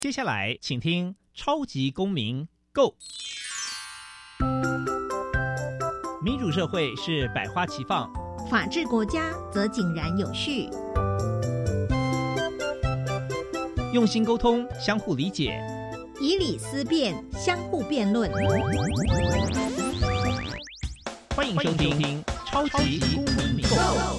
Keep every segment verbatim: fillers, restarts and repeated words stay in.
接下来请听超级公民 Go。 民主社会是百花齐放， 法治国家则井然有序。 用心沟通，相互理解， 以理思辨，相互辩论。 欢迎收听超级公民 Go。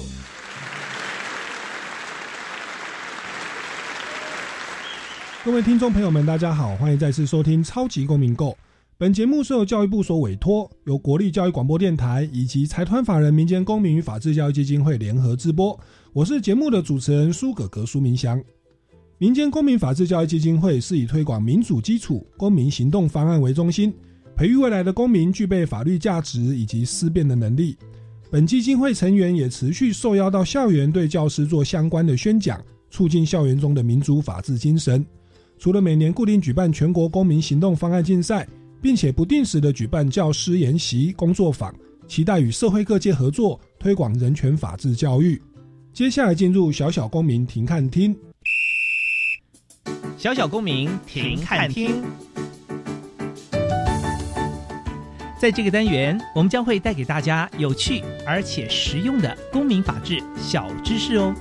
各位听众朋友们，大家好，欢迎再次收听超级公民 Go。 本节目是由教育部所委托，由国立教育广播电台以及财团法人民间公民与法治教育基金会联合制播。我是节目的主持人苏哥哥苏明祥。民间公民法治教育基金会是以推广民主基础、公民行动方案为中心，培育未来的公民具备法律价值以及思辨的能力。本基金会成员也持续受邀到校园，对教师做相关的宣讲，促进校园中的民主法治精神。除了每年固定举办全国公民行动方案竞赛，并且不定时的举办教师研习工作坊，期待与社会各界合作，推广人权法治教育。接下来进入小小公民停看听。 小小公民停看听。在这个单元，我们将会带给大家有趣而且实用的公民法治小知识哦。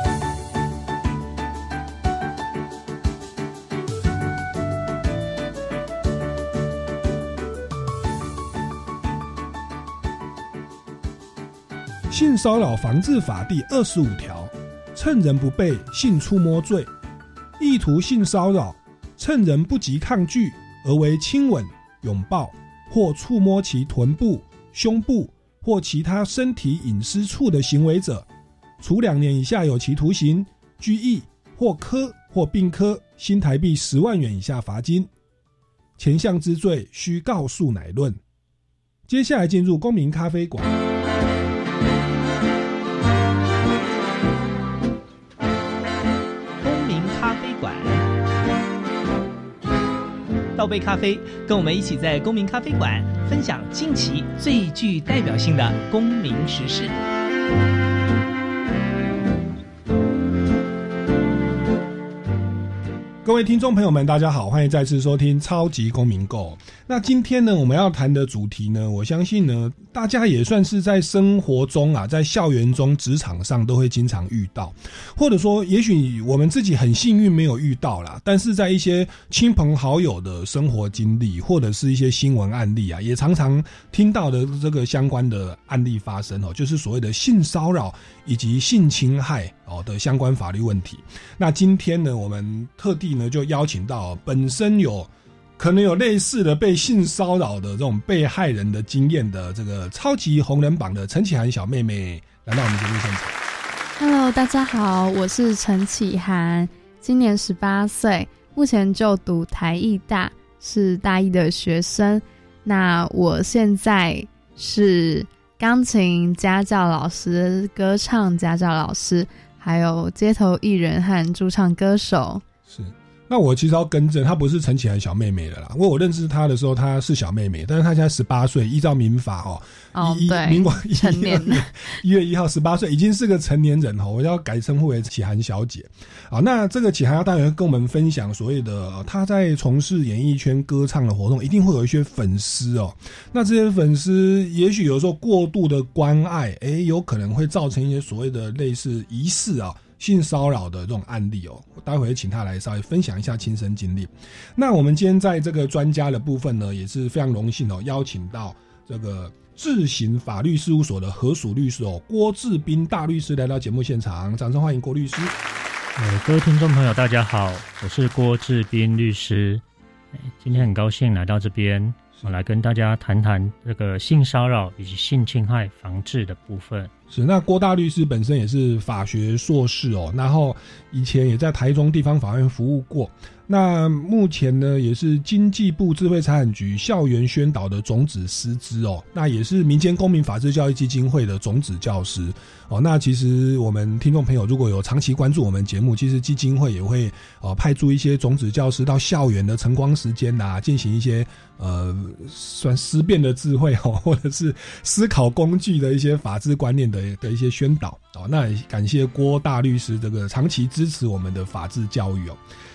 性骚扰防治法第二十五条，趁人不备性触摸罪。意图性骚扰，趁人不及抗拒而为亲吻、拥抱或触摸其臀部、胸部或其他身体隐私处的行为者，处两年以下有期徒刑、拘役或科或并科新台币十万元以下罚金。前项之罪需告诉乃论。接下来进入公民咖啡馆。 倒杯咖啡，跟我们一起在公民咖啡馆分享近期最具代表性的公民时事。 各位听众朋友们，大家好，欢迎再次收听超级公民 Go。 那今天呢，我们要谈的主题呢，我相信呢，大家也算是在生活中啊，在校园中、职场上都会经常遇到，或者说也许我们自己很幸运没有遇到啦，但是在一些亲朋好友的生活经历，或者是一些新闻案例啊，也常常听到的这个相关的案例发生哦，就是所谓的性骚扰以及性侵害哦的相关法律问题。那今天呢，我们特地呢就邀请到本身有可能有类似的被性骚扰的这种被害人的经验的这个超级红人榜的陈启涵小妹妹来到我们节目现场。 Hello， 大家好，我是陈启涵，今年十八岁，目前就读台艺大，是大一的学生。那我现在是钢琴家教老师、歌唱家教老师，还有街头艺人和驻唱歌手。 是。那我其实要更正，她不是陈启涵小妹妹了啦。因为我认识她的时候，她是小妹妹，但是她现在十八岁，依照民法哦， 哦对， 民国成年了， 一月一号十八岁，已经是个成年人哦。我要改称呼为启涵小姐。好，那这个启涵当然会跟我们分享所谓的她在从事演艺圈歌唱的活动，一定会有一些粉丝哦。那这些粉丝也许有时候过度的关爱，诶，有可能会造成一些所谓的类似疑似啊。性骚扰的这种案例哦，我待会请他来稍微分享一下亲身经历。那我们今天在这个专家的部分呢，也是非常荣幸哦，邀请到这个智行法律事务所的核属律师哦，郭志斌大律师来到节目现场，掌声欢迎郭律师。 呃，各位听众朋友，大家好，我是郭志斌律师。今天很高兴来到这边，我来跟大家谈谈这个性骚扰以及性侵害防治的部分。 是，那郭大律师本身也是法学硕士哦，然后以前也在台中地方法院服务过。那目前呢，也是经济部智慧财产局校园宣导的种子师资哦，那也是民间公民法治教育基金会的种子教师哦。那其实我们听众朋友如果有长期关注我们节目，其实基金会也会哦派驻一些种子教师到校园的晨光时间呐、啊，进行一些呃算思辨的智慧哦，或者是思考工具的一些法治观念的的一些宣导哦。那也感谢郭大律师这个长期支持我们的法治教育哦。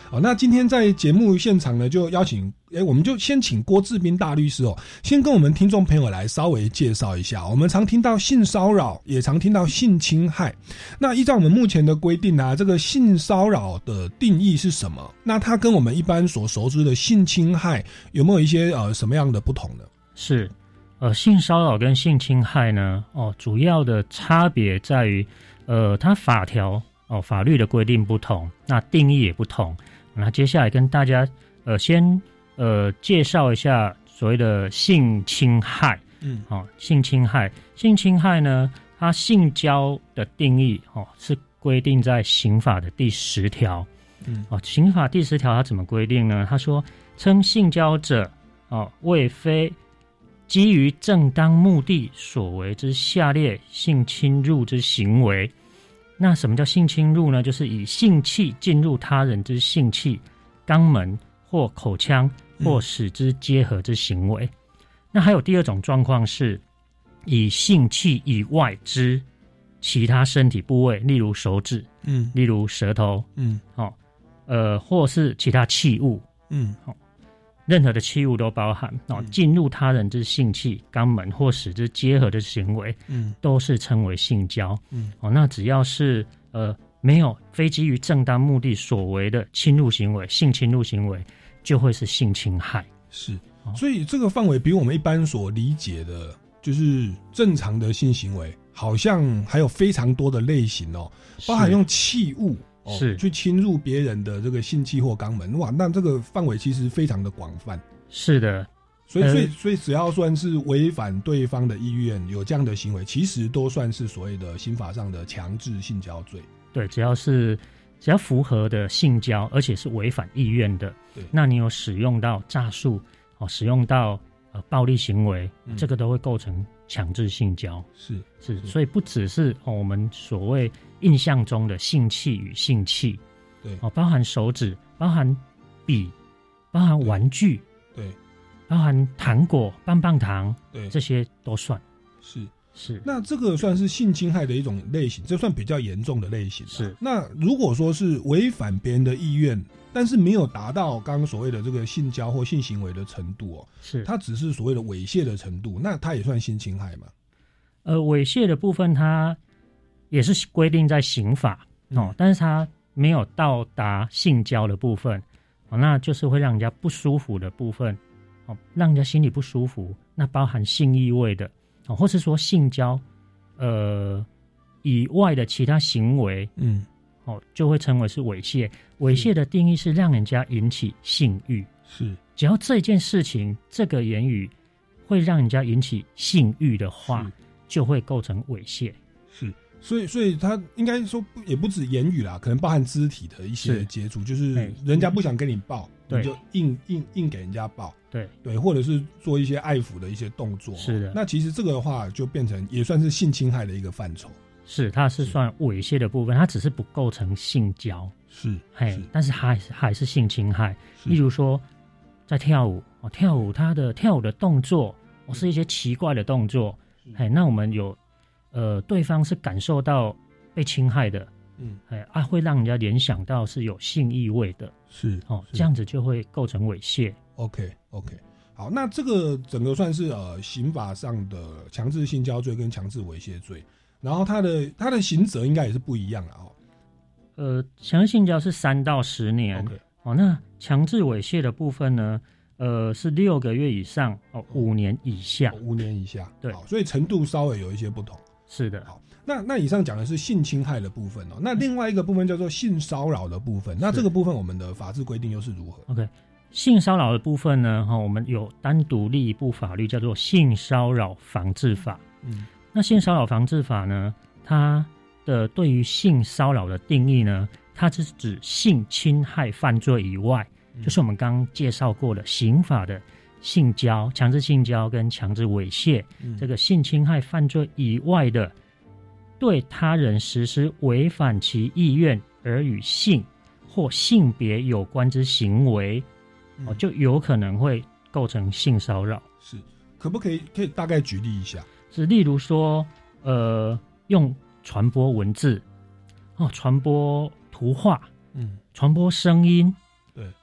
好，那今天在节目现场呢，就邀请，哎，我们就先请郭志斌大律师哦，先跟我们听众朋友来稍微介绍一下。我们常听到性骚扰，也常听到性侵害。那依照我们目前的规定啊，这个性骚扰的定义是什么？那它跟我们一般所熟知的性侵害有没有一些呃什么样的不同呢？ 是，呃，性骚扰跟性侵害呢，哦，主要的差别在于，呃，它法条哦法律的规定不同，那定义也不同。那接下来跟大家呃先呃介绍一下所谓的性侵害。嗯，好、哦，性侵害，性侵害呢，它性交的定义哦是规定在刑法的第十条。嗯，哦，刑法第十条它怎么规定呢？他说，称性交者哦为非基于正当目的所为之下列性侵入之行为。那什么叫性侵入呢？就是以性器进入他人之性器、肛门或口腔，或使之结合之行为。嗯、那还有第二种状况是，以性器以外之其他身体部位，例如手指，嗯，例如舌头，嗯，哦，呃，或是其他器物，嗯，哦。任何的器物都包含哦，进入他人之性器、肛门或使之结合的行为，嗯，都是称为性交，嗯，哦，那只要是呃没有非基于正当目的所为的侵入行为、性侵入行为，就会是性侵害。 是，哦、所以这个范围比我们一般所理解的，就是正常的性行为，好像还有非常多的类型哦，包含用器物。哦、是去侵入别人的这个性器或肛门，哇，那这个范围其实非常的广泛。 是的， 所以所以所以只要算是违反对方的意愿，有这样的行为，其实都算是所谓的刑法上的强制性交罪。 对，只要是只要符合的性交，而且是违反意愿的，对，那你有使用到诈术，哦，使用到呃暴力行为，嗯、这个都会构成强制性交。 是是，所以不只是、哦、我们所谓印象中的性器与性器，对，哦，包含手指，包含笔，包含玩具，对，包含糖果、棒棒糖，对，这些都算。 是是， 那这个算是性侵害的一种类型，这算比较严重的类型。 是， 那如果说是违反别人的意愿，但是没有达到刚刚所谓的这个性交或性行为的程度哦，是，它只是所谓的猥亵的程度，那它也算性侵害吗？ 呃，猥亵的部分它也是规定在刑法、嗯、哦，但是它没有到达性交的部分，哦，那就是会让人家不舒服的部分，哦，让人家心里不舒服，那包含性意味的，哦，或是说性交，呃以外的其他行为，嗯，哦，就会称为是猥亵。猥亵的定义是让人家引起性欲，是，只要这件事情这个言语会让人家引起性欲的话，就会构成猥亵。 是。所以，所以他应该说也不止言语啦，可能包含肢体的一些接触，就是人家不想跟你抱，你就硬硬硬给人家抱，对对，或者是做一些爱抚的一些动作。是的，那其实这个的话就变成也算是性侵害的一个范畴。 是，它是算猥亵的部分，它只是不构成性交。是，嘿，但是还是还是性侵害。例如说，在跳舞哦，跳舞它的跳舞的动作哦是一些奇怪的动作，嘿，那我们有。呃，对方是感受到被侵害的，嗯，哎啊，会让人家联想到是有性意味的，是哦，这样子就会构成猥亵。 OK OK， 好，那这个整个算是呃刑法上的强制性交罪跟强制猥亵罪，然后它的它的刑责应该也是不一样了哦。 呃，强制性交是三到十年 ，OK， 哦，那强制猥亵的部分呢？呃，是六个月以上哦，五年以下， 哦、五年以下，对，好，所以程度稍微有一些不同。 是的， 好，那那以上讲的是性侵害的部分哦，那另外一个部分叫做性骚扰的部分，那这个部分我们的法制规定又是如何 ？OK， 性骚扰的部分呢，哈、哦，我们有单独立一部法律叫做《性骚扰防治法》。嗯，那性骚扰防治法呢，它的对于性骚扰的定义呢，它是指性侵害犯罪以外，嗯、就是我们刚刚介绍过的刑法的。性交、强制性交跟强制猥亵、嗯，这个性侵害犯罪以外的，对他人实施违反其意愿而与性或性别有关之行为，嗯、哦，就有可能会构成性骚扰。 是，可不可以可以大概举例一下？ 是，例如说，呃，用传播文字，哦，传播图画，嗯，传播声音，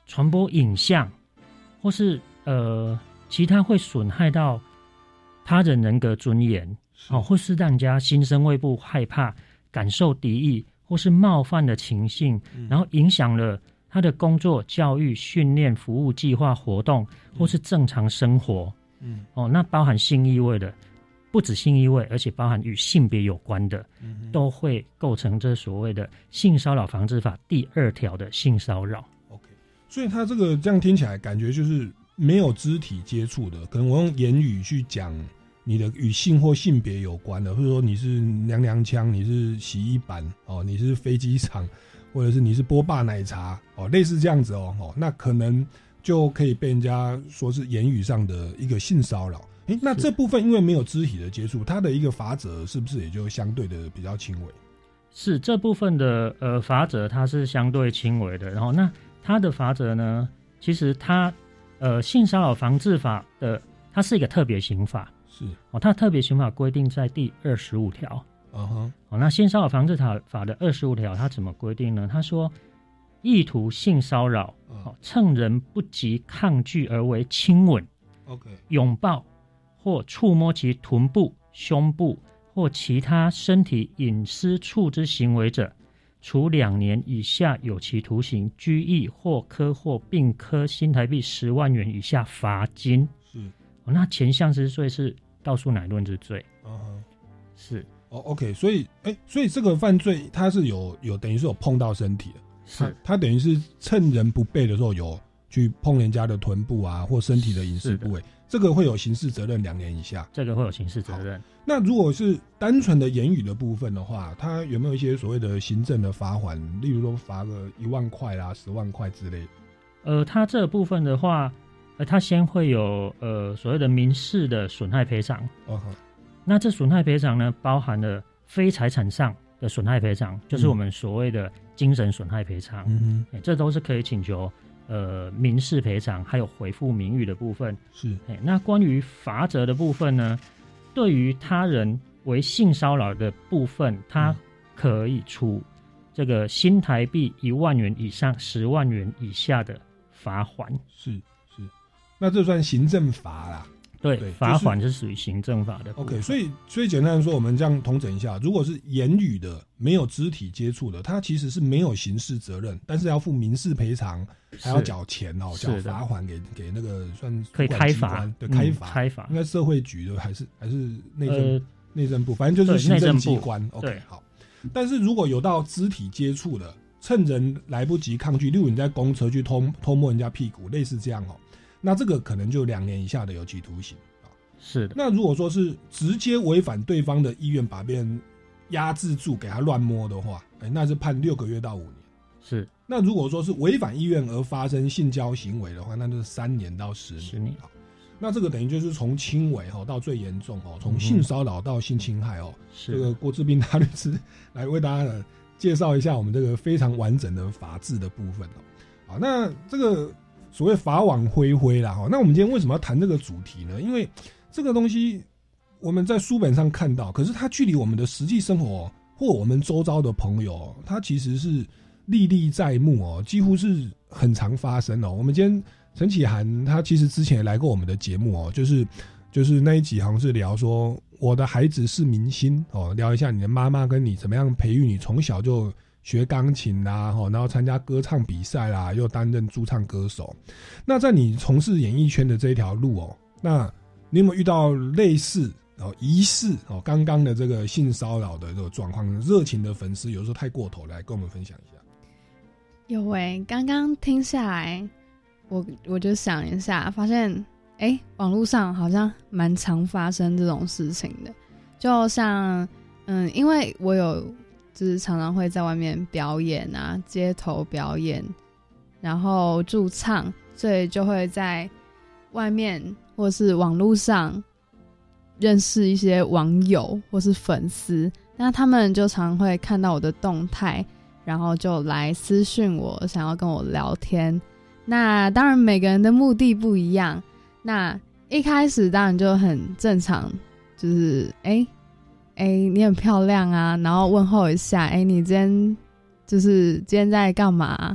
传播影像，或是呃其他会损害到他人人格尊严，哦，或是让人家心生畏怖、害怕、感受敌意，或是冒犯的情境，嗯、然后影响了他的工作、教育、训练、服务计划、活动，或是正常生活。嗯，哦，那包含性意味的，不止性意味，而且包含与性别有关的，嗯、都会构成这所谓的性骚扰防治法第二条的性骚扰。 OK， 所以他这个这样听起来，感觉就是没有肢体接触的，可能我用言语去讲你的与性或性别有关的，或者说你是娘娘腔，你是洗衣板哦，你是飞机场，或者是你是波霸奶茶哦，类似这样子哦，哦那可能就可以被人家说是言语上的一个性骚扰。诶，那这部分因为没有肢体的接触，它的一个罚则是不是也就相对的比较轻微？ 是这部分的呃罚则它是相对轻微的，然后那它的罚则呢，其实它呃性骚扰防治法的它是一个特别刑法。 是哦，它特别刑法规定在第二十五条。 嗯哼， 哦，那性骚扰防治法的二十五条，它怎么规定呢？他说，意图性骚扰，哦，趁人不及抗拒而为亲吻、 OK， 拥抱或触摸其臀部、胸部或其他身体隐私处之行为者，处两年以下有期徒刑、拘役或科或并科新台币十万元以下罚金。 是哦，那前项之罪是告诉乃论之罪。 嗯哼， 是哦 ，OK， 所以，哎、欸，所以这个犯罪它是有有等于是有碰到身体的， 是它等于是趁人不备的时候有去碰人家的臀部啊或身体的隐私部位，这个会有刑事责任两年以下。 这个会有刑事责任。 那如果是单纯的言语的部分的话，它有没有一些所谓的行政的罚款，例如说罚个一万块啦、十万块之类的？ 呃，它这部分的话。呃，它先会有呃所谓的民事的损害赔偿。 哦， 那这损害赔偿呢，包含了非财产上的损害赔偿，就是我们所谓的精神损害赔偿。 嗯哼， 这都是可以请求呃民事赔偿，还有恢复名誉的部分。 是。 那关于罚则的部分呢，对于他人为性骚扰的部分，它可以处这个新台币一万元以上十万元以下的罚锾。 是。那这算行政罚啦， 对，罚款是属于行政法的。 OK， 所以所以简单的说，我们这样统整一下，如果是言语的、没有肢体接触的，它其实是没有刑事责任，但是要付民事赔偿，还要缴钱哦，缴罚款给给那个算可以开罚， 对，开罚、嗯、 开罚， 应该社会局的还是还是内政内、呃、政部，反正就是行政机关。OK， 好。但是如果有到肢体接触的，趁人来不及抗拒，例如你在公车去偷偷摸人家屁股，类似这样哦。那这个可能就两年以下的有期徒刑。 是的。 那如果说是直接违反对方的意愿，把别人压制住，给他乱摸的话，欸、那是判六个月到五年。 是。 那如果说是违反意愿而发生性交行为的话，那就是三年到十年。 十年。 那这个等于就是从轻微哦到最严重哦，从性骚扰到性侵害哦。 是、 嗯。这个郭志斌大律师来为大家介绍一下我们这个非常完整的法制的部分哦。好，那这个。所谓法网恢恢啦，那我们今天为什么要谈这个主题呢？因为这个东西我们在书本上看到，可是它距离我们的实际生活或我们周遭的朋友，它其实是历历在目哦，几乎是很常发生哦。我们今天陈启涵他其实之前也来过我们的节目哦，就是就是那一集好像是聊说我的孩子是明星哦，聊一下你的妈妈跟你怎么样培育你从小就学钢琴啦，然后参加歌唱比赛啦，又担任驻唱歌手。那在你从事演艺圈的这一条路哦，那你有没有遇到类似哦疑似哦刚刚的这个性骚扰的这个状况？热情的粉丝有时候太过头，来跟我们分享一下。 有诶、欸，刚刚听下来，我我就想一下，发现哎、欸，网络上好像蛮常发生这种事情的。就像嗯，因为我有。就是常常会在外面表演啊，街头表演，然后驻唱，所以就会在外面或是网络上认识一些网友或是粉丝，那他们就常会看到我的动态，然后就来私讯我，想要跟我聊天。那当然每个人的目的不一样，那一开始当然就很正常，就是哎。欸哎、欸，你很漂亮啊，然后问候一下，哎、欸，你今天就是今天在干嘛？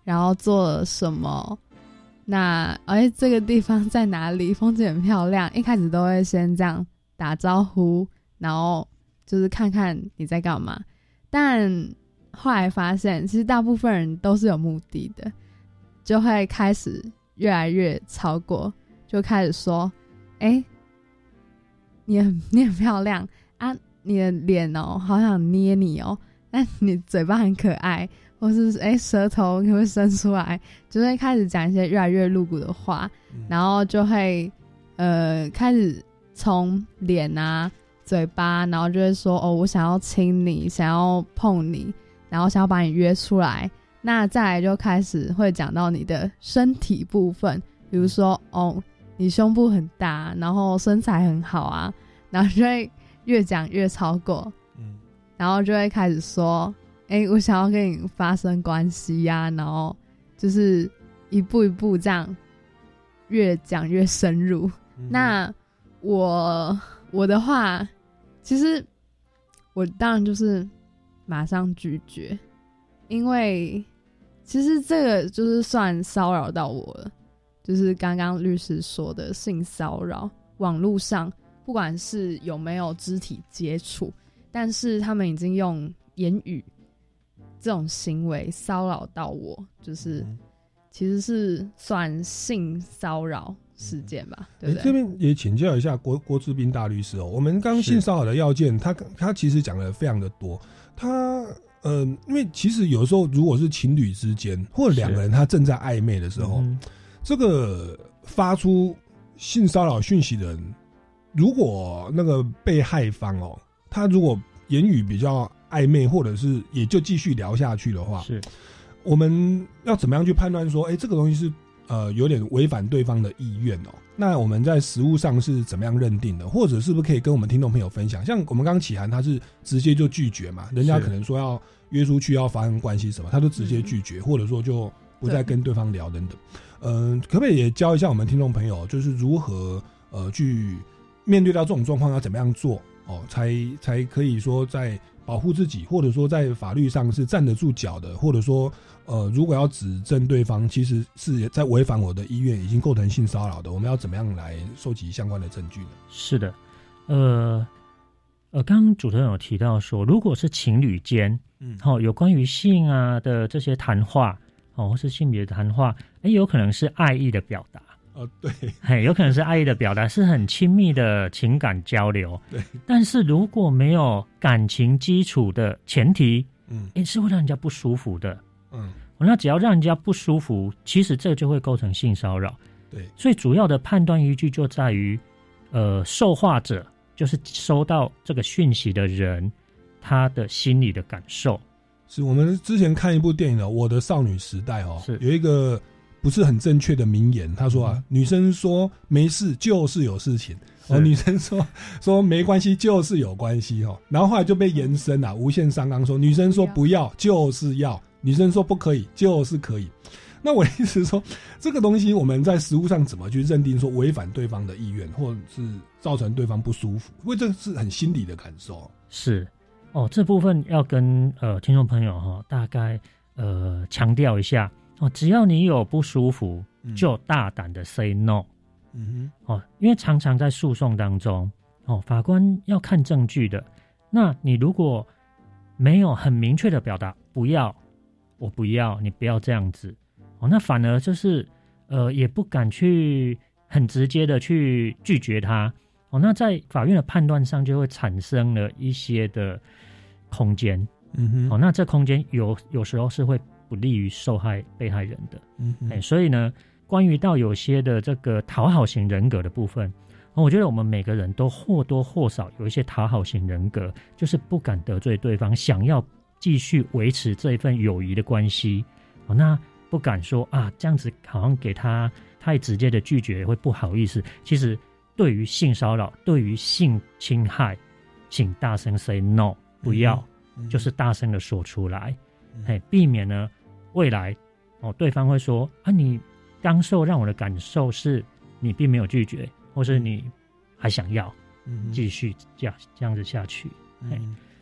然后做了什么，那哎这个地方在哪里，风景很漂亮，一开始都会先这样打招呼，然后就是看看你在干嘛。但后来发现其实大部分人都是有目的的，就会开始越来越超过，就开始说哎你很你很漂亮啊，你的脸哦好想捏你哦，但你嘴巴很可爱，或是哎舌头可不可以伸出来，就会开始讲一些越来越露骨的话、嗯、然后就会呃开始从脸啊嘴巴，然后就会说哦我想要亲你，想要碰你，然后想要把你约出来。那再来就开始会讲到你的身体部分，比如说哦你胸部很大，然后身材很好啊，然后就会越讲越超过，嗯，然后就会开始说哎、欸，我想要跟你发生关系呀、啊，然后就是一步一步这样越讲越深入、嗯、那我我的话其实我当然就是马上拒绝，因为其实这个就是算骚扰到我了，就是刚刚律师说的性骚扰，网络上不管是有没有肢体接触，但是他们已经用言语这种行为骚扰到我，就是其实是算性骚扰事件吧，对不对？ 这边也请教一下郭郭志斌大律师哦，我们刚性骚扰的要件，他他其实讲的非常的多，他呃，因为其实有时候如果是情侣之间，或者两个人他正在暧昧的时候，嗯、这个发出性骚扰讯息的人，如果那个被害方哦，他如果言语比较暧昧，或者是也就继续聊下去的话，是我们要怎么样去判断说，哎、欸，这个东西是呃有点违反对方的意愿哦？那我们在实务上是怎么样认定的？或者是不是可以跟我们听众朋友分享？像我们刚刚启涵他是直接就拒绝嘛，人家可能说要约出去要发生关系什么，他就直接拒绝，嗯、或者说就不再跟对方聊等等。嗯、呃，可不可以也教一下我们听众朋友，就是如何呃去面对到这种状况要怎么样做哦，才才可以说在保护自己，或者说在法律上是站得住脚的，或者说呃，如果要指证对方其实是在违反我的意愿，已经构成性骚扰的，我们要怎么样来收集相关的证据呢？ 是的，呃呃，刚刚主持人有提到说，如果是情侣间，嗯，好、哦，有关于性啊的这些谈话，哦，或是性别的谈话，哎，有可能是爱意的表达。 哦，对， 嘿，有可能是爱意的表达，是很亲密的情感交流。对，但是如果没有感情基础的前提，嗯，也是会让人家不舒服的。嗯，那只要让人家不舒服，其实这就会构成性骚扰。对，所以主要的判断依据就在于，呃，受话者就是收到这个讯息的人，他的心理的感受。 是我们之前看一部电影了，《我的少女时代》哦，是有一个不是很正确的名言，他说啊，嗯、女生说没事就是有事情，哦，女生说说没关系就是有关系哦，然后后来就被延伸啊，无限上纲说女生说不要就是要，女生说不可以就是可以。那我的意思是说，这个东西我们在实务上怎么去认定说违反对方的意愿，或者是造成对方不舒服？因为这是很心理的感受。是哦，这部分要跟呃听众朋友哈、哦、大概呃强调一下。哦，只要你有不舒服，就大胆的 say no。嗯哼，哦，因为常常在诉讼当中，哦，法官要看证据的。那你如果没有很明确的表达不要，我不要，你不要这样子，哦，那反而就是呃，也不敢去很直接的去拒绝他。哦，那在法院的判断上就会产生了一些的空间。嗯哼，哦，那这空间有有时候是会不利于受害被害人的，嗯、欸，所以呢，关于到有些的这个讨好型人格的部分，我觉得我们每个人都或多或少有一些讨好型人格，就是不敢得罪对方，想要继续维持这一份友谊的关系，哦，那不敢说啊，这样子好像给他太直接的拒绝会不好意思。其实对于性骚扰，对于性侵害，请大声 say no， 不要，嗯嗯、就是大声的说出来，哎、嗯，避免呢。未来，哦，对方会说啊，你刚受让我的感受是你并没有拒绝，或是你还想要继续这样这样子下去。嗯，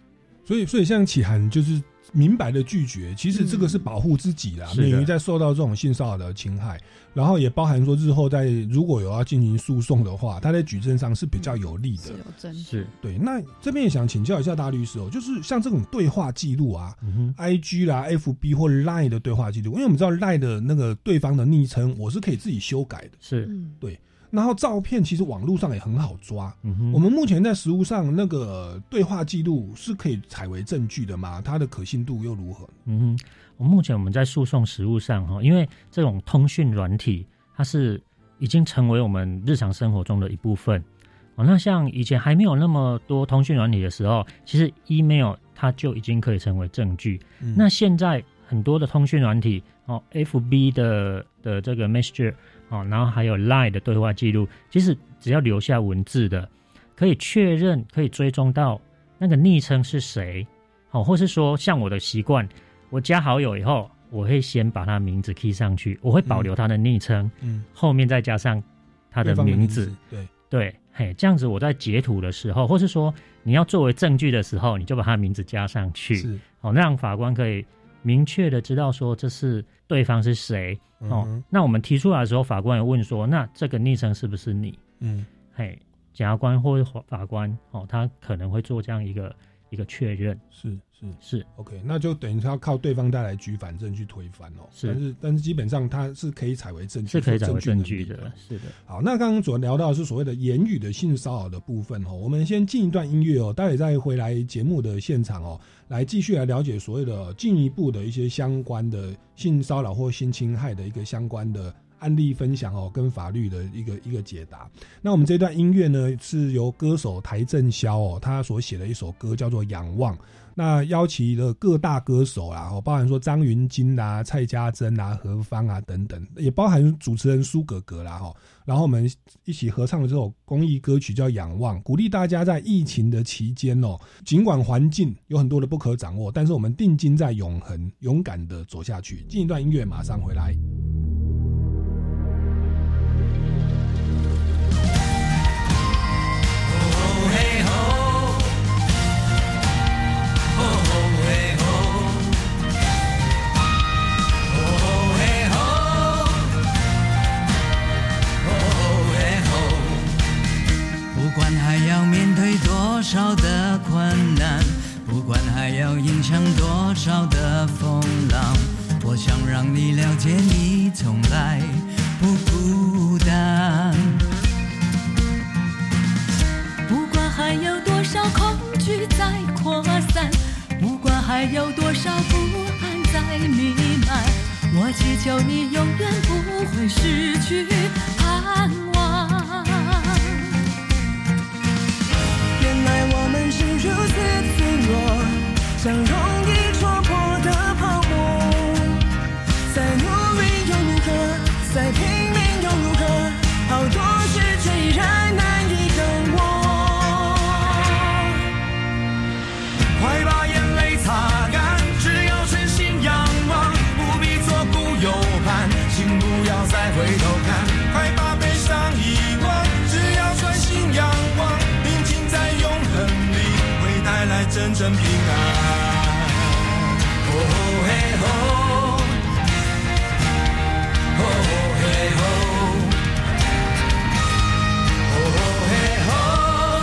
所以所以像启涵就是明白的拒绝，其实这个是保护自己啦， 嗯、 免于在受到这种性骚扰的侵害，然后也包含说日后在如果有要进行诉讼的话，他在举证上是比较有利的。 是有证据。 是， 对。那这边也想请教一下大律师哦，就是像这种对话记录啊、 嗯、 ，I G 啦、F B 或 Line 的对话记录，因为我们知道 Line 的那个对方的昵称，我是可以自己修改的。 是， 对。然后照片其实网络上也很好抓， 嗯哼， 我们目前在实务上那个对话记录是可以采为证据的吗？它的可信度又如何？ 嗯哼，我目前我们在诉讼实务上哈，因为这种通讯软体它是已经成为我们日常生活中的一部分哦。那像以前还没有那么多通讯软体的时候，其实 email 它就已经可以成为证据。嗯、那现在很多的通讯软体哦 ，F B 的的这个 Messenger。哦，然后还有 Line 的对话记录，其实只要留下文字的，可以确认、可以追踪到那个昵称是谁，哦，或是说像我的习惯，我加好友以后，我会先把他名字 key 上去，我会保留他的昵称，嗯，后面再加上他的名字， 名字对对，嘿，这样子我在截图的时候，或是说你要作为证据的时候，你就把他的名字加上去，是，哦，那让法官可以明确的知道说这是对方是谁。哦、嗯，那我们提出来的时候，法官也问说，那这个昵称是不是你？嗯，嘿，检察官或法官哦，他可能会做这样一个一个确认。 是是是 ，OK， 那就等于他要靠对方带来举反证去推翻哦。是，但是但是基本上他是可以采为证据， 是可以采为证据的。是的。 好，那刚刚主要聊到的是所谓的言语的性骚扰的部分哦，我们先进一段音乐哦，待会再回来节目的现场哦。来继续来了解所谓的进一步的一些相关的性骚扰或性侵害的一个相关的案例分享哦，跟法律的一个一个解答。那我们这段音乐呢，是由歌手邰正宵哦，他所写的一首歌叫做《仰望》。那邀请了各大歌手啦，包含说张芸京啦、蔡家珍啊、何方啊等等，也包含主持人苏格格啦哈。然后我们一起合唱的这首公益歌曲叫《仰望》，鼓励大家在疫情的期间哦，尽管环境有很多的不可掌握，但是我们定睛在永恒，勇敢的走下去。进一段音乐，马上回来。 多少的困难，不管还要迎向多少的风浪，我想让你了解你从来不孤单。不管还有多少恐惧在扩散，不管还有多少不安在弥漫，我祈求你永远不会失去盼望。原来我们是如此脆弱，像容易戳破的泡沫，再努力又如何，再拼命又如何，好多事却依然难以跟我。快把眼泪擦干，只要真心仰望，不必左顾右盼，请不要再回头看，快把悲伤遗忘，只要专心仰望，在永恒里会带来真正平安。哦嘿吼，哦嘿吼，哦嘿吼，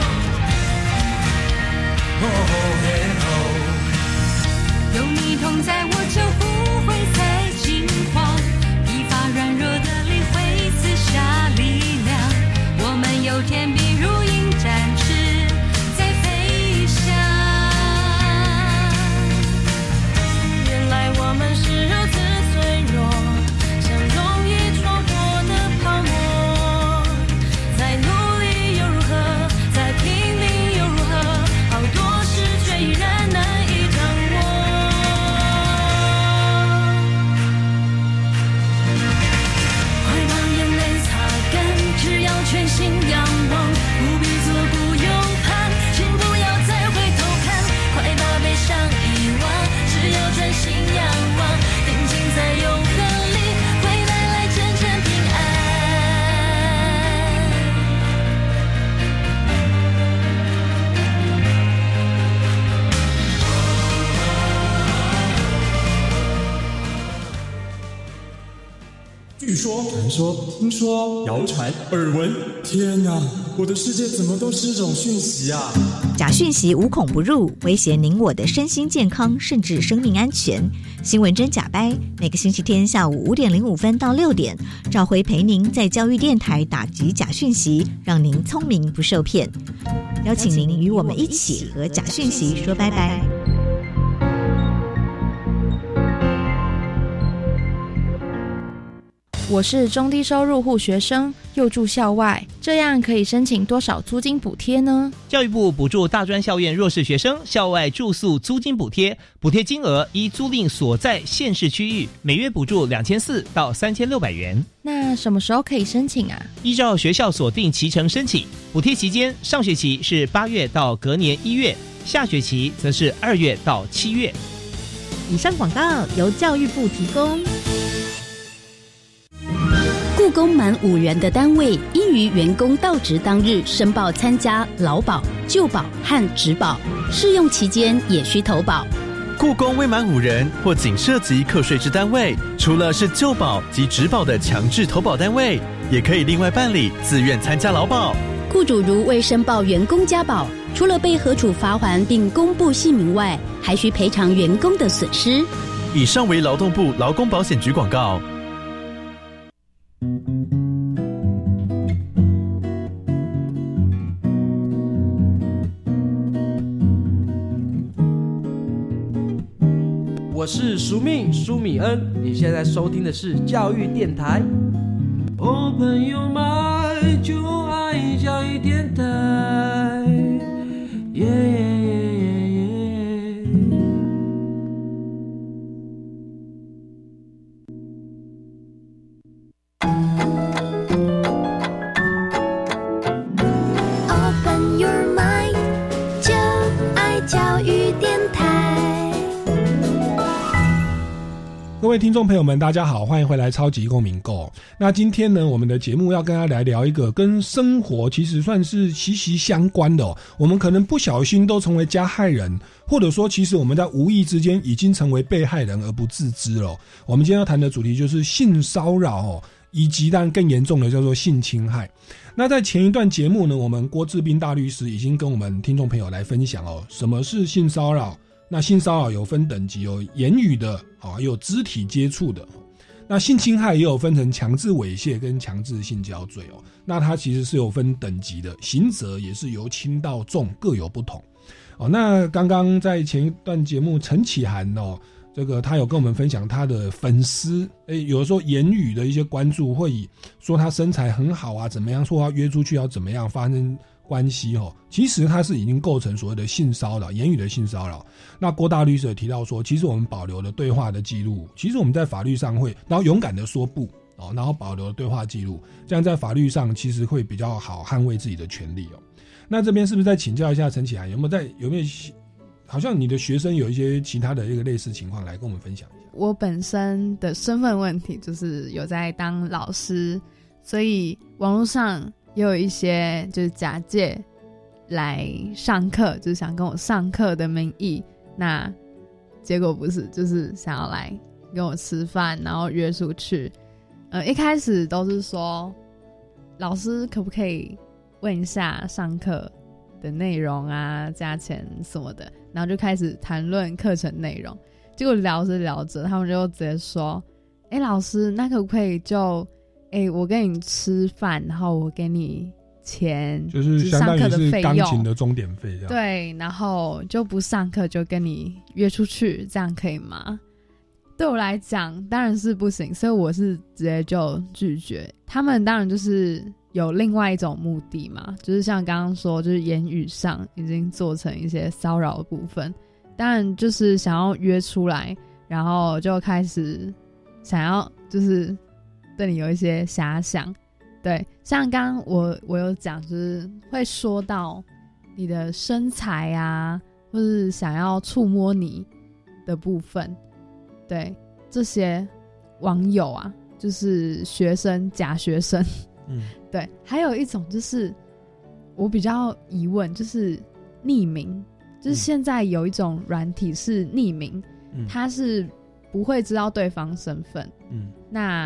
哦嘿吼。有你同在，我就不会再惊慌，疲乏软弱的灵会赐下力量。我们有天必如鹰展翅。原来我说、传说、听说、谣传、耳闻，天哪，我的世界怎么都是这种讯息啊！ 假讯息无孔不入，威胁您我的身心健康，甚至生命安全。新闻真假掰，每个星期天下午五点零五分到六点，赵辉陪您在教育电台打击假讯息，让您聪明不受骗。邀请您与我们一起和假讯息说拜拜。 我是中低收入户学生，又住校外，这样可以申请多少租金补贴呢？ 教育部补助大专校院弱势学生校外住宿租金补贴，补贴金额依租赁所在县市区域，每月补助两千四到三千六百元。 那什么时候可以申请啊？ 依照学校所定期程申请，补贴期间上学期是八月到隔年一月，下学期则是二月到七月。 以上广告由教育部提供。 雇工满五人的单位，应于员工到职当日申报参加劳保、就保和职保，试用期间也需投保。 雇工未满五人或仅涉及课税之单位，除了是就保及职保的强制投保单位，也可以另外办理自愿参加劳保。 雇主如未申报员工加保，除了被核处罚锾并公布姓名外，还需赔偿员工的损失。 以上为劳动部劳工保险局广告。 我是苏密苏米恩，你现在收听的是教育电台。哦，朋友们就爱教育电台，耶耶耶耶耶。 Open your mind， 就爱教育电台。 各位听众朋友们大家好，欢迎回来超级公民购。那今天呢，我们的节目要跟大家来聊一个跟生活其实算是息息相关的哦，我们可能不小心都成为加害人，或者说其实我们在无意之间已经成为被害人而不自知了。我们今天要谈的主题就是性骚扰哦，以及当然更严重的叫做性侵害。那在前一段节目呢，我们郭志斌大律师已经跟我们听众朋友来分享哦，什么是性骚扰。那性骚扰有分等级，有言语的，也有肢体接触的。那性侵害也有分成强制猥亵跟强制性交罪哦。那它其实是有分等级的，刑责也是由轻到重各有不同。哦，那刚刚在前一段节目，陈启涵哦，这个他有跟我们分享他的粉丝，诶，有的时候言语的一些关注会以说他身材很好啊，怎么样，说要约出去要怎么样发生关系哦，其实它是已经构成所谓的性骚扰，言语的性骚扰。那郭大律师也提到说，其实我们保留了对话的记录，其实我们在法律上会，然后勇敢的说不哦，然后保留了对话记录，这样在法律上其实会比较好捍卫自己的权利哦。那这边是不是再请教一下陈启涵，有没有在有没有好像你的学生有一些其他的一个类似情况来跟我们分享一下？ 我本身的身份问题就是有在当老师，所以网络上也有一些就是假借来上课，就是想跟我上课的名义，那结果不是，就是想要来跟我吃饭，然后约出去。呃，一开始都是说老师可不可以问一下上课的内容啊、价钱什么的，然后就开始谈论课程内容。结果聊着聊着，他们就直接说：“哎，老师，那可不可以就？”欸，我跟你吃饭，然后我给你钱， 就是相当于是钢琴的钟点费这样。 对，然后就不上课就跟你约出去，这样可以吗？对我来讲当然是不行，所以我是直接就拒绝。他们当然就是有另外一种目的嘛，就是像刚刚说，就是言语上已经做成一些骚扰的部分，当然就是想要约出来，然后就开始想要就是对你有一些遐想。对，像刚刚我我有讲，就是会说到你的身材啊，或是想要触摸你的部分。对，这些网友啊，就是学生假学生。嗯，对，还有一种就是我比较疑问，就是匿名，就是现在有一种软体是匿名，嗯，它是不会知道对方身份。嗯，那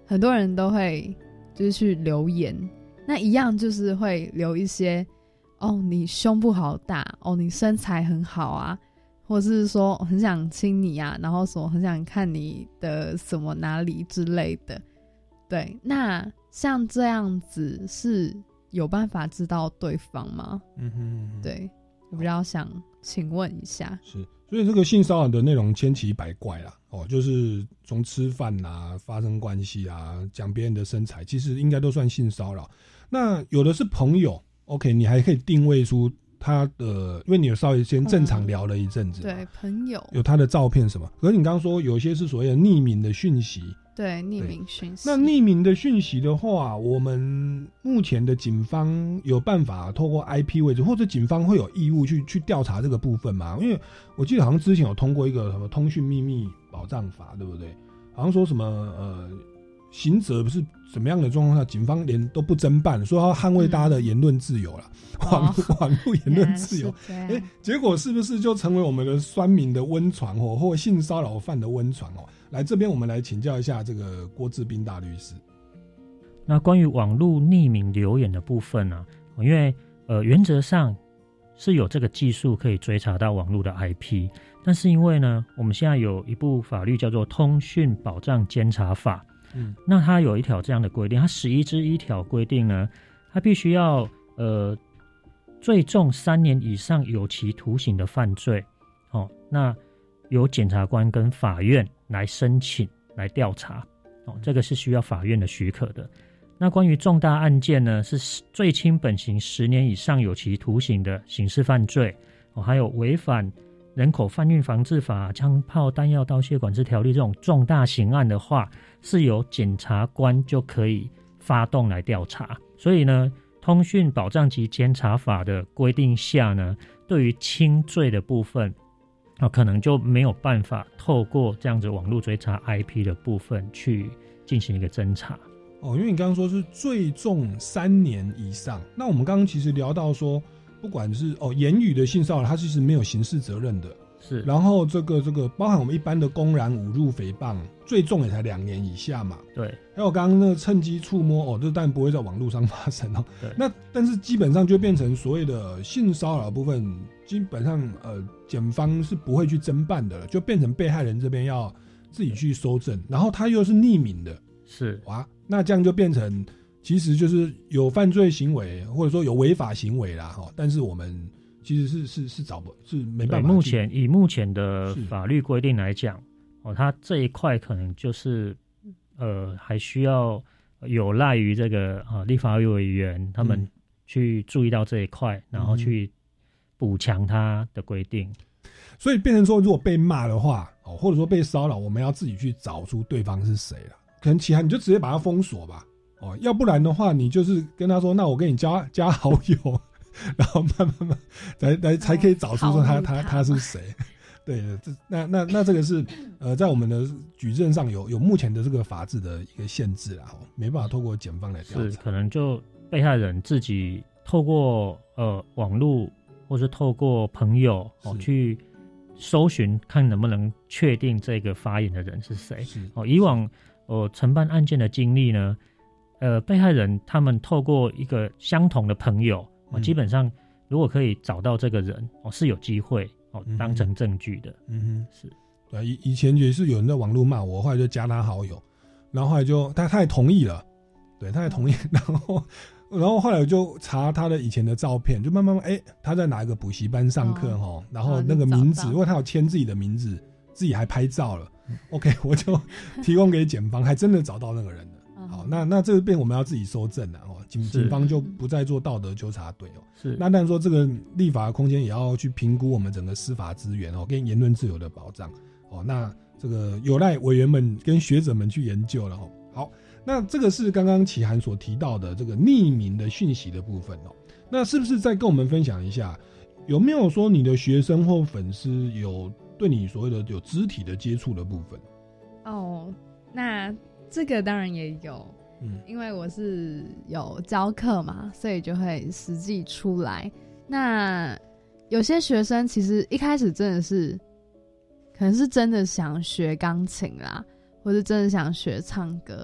很多人都会就是去留言，那一样就是会留一些哦你胸部好大哦，你身材很好啊，或是说很想亲你啊，然后说很想看你的什么哪里之类的。对，那像这样子是有办法知道对方吗？嗯哼，对，我比较想请问一下。 是，所以这个性骚扰的内容千奇百怪啦，哦，就是从吃饭啊、发生关系啊、讲别人的身材，其实应该都算性骚扰。那有的是朋友 ，OK， 你还可以定位出他的，因为你有稍微先正常聊了一阵子、嗯， 对，朋友有他的照片什么。可是你刚刚说有些是所谓的匿名的讯息。 对，匿名讯息。 那匿名的讯息的话，我们目前的警方有办法透过 I P 位置，或者警方会有义务去去调查这个部分吗？因为我记得好像之前有通过一个什么通讯秘密保障法，对不对？好像说什么呃，刑责不是怎么样的状况下，警方连都不侦办，说要捍卫大家的言论自由啦，网络网络言论自由。哎、欸，结果是不是就成为我们的酸民的温床哦，或性骚扰犯的温床哦？来这边，我们来请教一下这个郭志斌大律师。 那关于网络匿名留言的部分呢、啊，因为呃原则上是有这个技术可以追查到网络的 I P， 但是因为呢，我们现在有一部法律叫做《通讯保障监察法》，嗯，那它有一条这样的规定，它十一之一条规定呢，它必须要呃最重三年以上有期徒刑的犯罪，哦，那由检察官跟法院来申请来调查，哦，这个是需要法院的许可的。那关于重大案件呢，是最轻本刑十年以上有期徒刑的刑事犯罪，哦，还有违反人口贩运防治法、枪炮弹药刀械管制条例这种重大刑案的话，是由检察官就可以发动来调查。所以呢，通讯保障及监察法的规定下呢，对于轻罪的部分，哦，可能就没有办法透过这样子网络追查 I P 的部分去进行一个侦查。 哦，因为你刚刚说是最重三年以上，那我们刚刚其实聊到说，不管是哦言语的性骚扰，它其实没有刑事责任的， 是。然后这个这个包含我们一般的公然侮辱、诽谤，最重也才两年以下嘛。 对。 还有刚刚那个趁机触摸，哦，这当然不会在网络上发生哦。对。那但是基本上就变成所谓的性骚扰的部分，基本上呃检方是不会去侦办的了，就变成被害人这边要自己去搜证，然后他又是匿名的。 是。 哇，那这样就变成其实就是有犯罪行为，或者说有违法行为啦，哈。但是我们其实是是是找不是没办法。 目前以目前的法律规定来讲，哦，他这一块可能就是呃还需要有赖于这个啊立法委员他们去注意到这一块，嗯，然后去补强他的规定。 所以变成说，如果被骂的话，哦，或者说被骚扰，我们要自己去找出对方是谁了。可能其他你就直接把他封锁吧，哦，要不然的话，你就是跟他说，那我跟你加加好友，然后慢慢慢才来才可以找出说他他他是谁。对，这那那那这个是呃，在我们的举证上有有目前的这个法制的一个限制啦，没办法透过检方来调查。 是，可能就被害人自己透过呃网络或是透过朋友哦去搜寻，看能不能确定这个发言的人是谁。哦，以往呃承办案件的经历呢，呃，被害人他们透过一个相同的朋友，哦，基本上如果可以找到这个人，哦，是有机会哦当成证据的。嗯哼，是。 对，以以前也是有人在网络骂我，后来就加他好友，然后后来就他他也同意了，对，他也同意，然后然后后来我就查他的以前的照片，就慢慢哎，欸，他在哪一个补习班上课哈，哦，然后那个名字，因为他有签自己的名字，自己还拍照了。OK， 我就提供给检方，还真的找到那个人了。好，那那这个边我们要自己搜证了哦，警警方就不再做道德纠察队哦。是。那但说这个立法的空间也要去评估我们整个司法资源哦，跟言论自由的保障哦。那这个有赖委员们跟学者们去研究了哦。好，那这个是刚刚启涵所提到的这个匿名的讯息的部分哦。那是不是再跟我们分享一下，有没有说你的学生或粉丝有对你所谓的有肢体的接触的部分？ 哦，那这个当然也有，嗯，因为我是有教课嘛，所以就会实际出来。那有些学生其实一开始真的是，可能是真的想学钢琴啦，或是真的想学唱歌。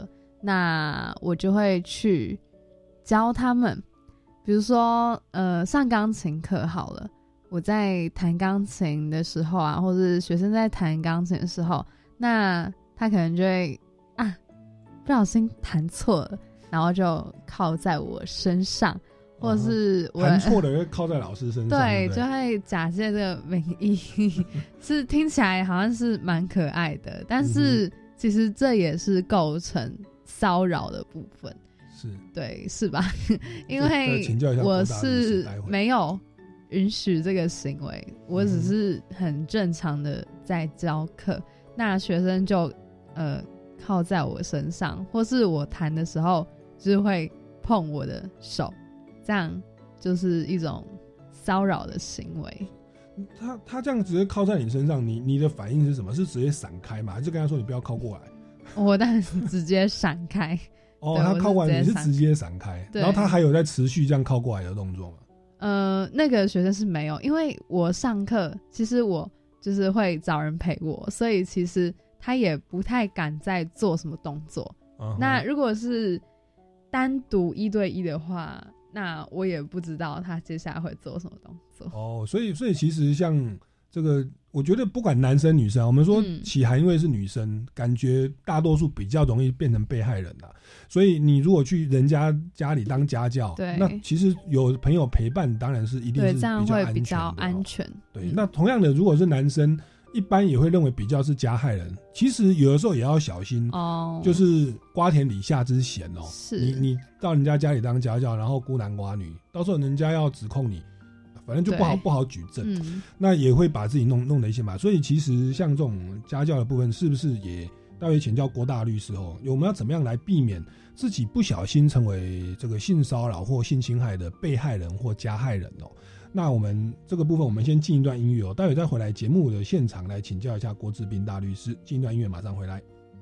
那我就会去教他们，比如说呃上钢琴课好了，我在弹钢琴的时候啊，或者学生在弹钢琴的时候，那他可能就会啊不小心弹错了，然后就靠在我身上，或者是我弹错了会靠在老师身上， 对， 对， 就会假借这个名义，是听起来好像是蛮可爱的，但是其实这也是构成骚扰的部分， 是， 对，是吧？因为请教一下我是没有允许这个行为，我只是很正常的在教课，那学生就呃靠在我身上，或是我弹的时候就是会碰我的手，这样就是一种骚扰的行为。 他他这样直接靠在你身上，你你的反应是什么？是直接闪开吗？还是跟他说你不要靠过来？ 我当然直接闪开。 哦，他靠过来，你是直接闪开，然后他还有在持续这样靠过来的动作吗？ 呃，那个学生是没有，因为我上课其实我就是会找人陪我，所以其实他也不太敢再做什么动作。Uh-huh. 那如果是单独一对一的话，那我也不知道他接下来会做什么动作。 哦，所以所以其实像这个，我觉得不管男生女生，我们说启涵因为是女生，嗯，感觉大多数比较容易变成被害人啦。所以你如果去人家家里当家教，那其实有朋友陪伴，当然是一定是比较安全的， 这样会比较安全。 对，嗯，那同样的，如果是男生，一般也会认为比较是加害人。其实有的时候也要小心哦，就是瓜田李下之嫌哦。是，你你到人家家里当家教，然后孤男寡女，到时候人家要指控你，反正就不好不好举证，嗯，那也会把自己弄弄得一些麻烦。所以其实像这种家教的部分，是不是也大约请教郭大律师哦？我们要怎么样来避免自己不小心成为这个性骚扰或性侵害的被害人或加害人哦？那我们这个部分，我们先进一段音乐哦，待会再回来节目的现场来请教一下郭志斌大律师。进一段音乐，马上回来。